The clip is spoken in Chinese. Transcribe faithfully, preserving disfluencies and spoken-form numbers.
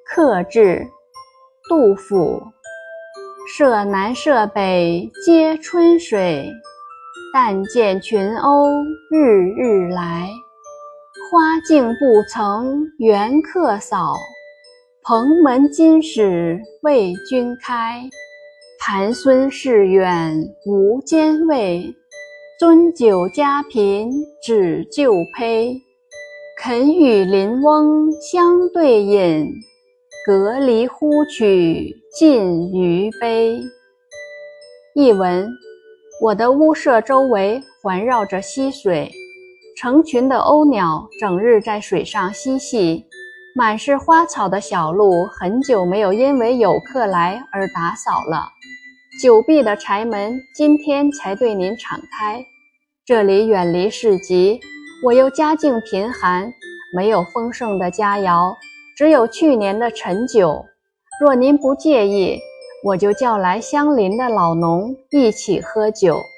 客至，杜甫。舍南舍北皆春水，但见群鸥日日来。花径不曾缘客扫，蓬门今始为君开。盘孙市远无兼味，樽酒家贫只就醅。肯与邻翁相对饮，隔篱呼取尽余杯。译文：我的屋舍周围环绕着溪水，成群的鸥鸟整日在水上嬉戏，满是花草的小路很久没有因为有客来而打扫了。久闭的柴门今天才对您敞开。这里远离市集，我又家境贫寒，没有丰盛的佳肴，只有去年的陈酒。若您不介意，我就叫来相邻的老农一起喝酒。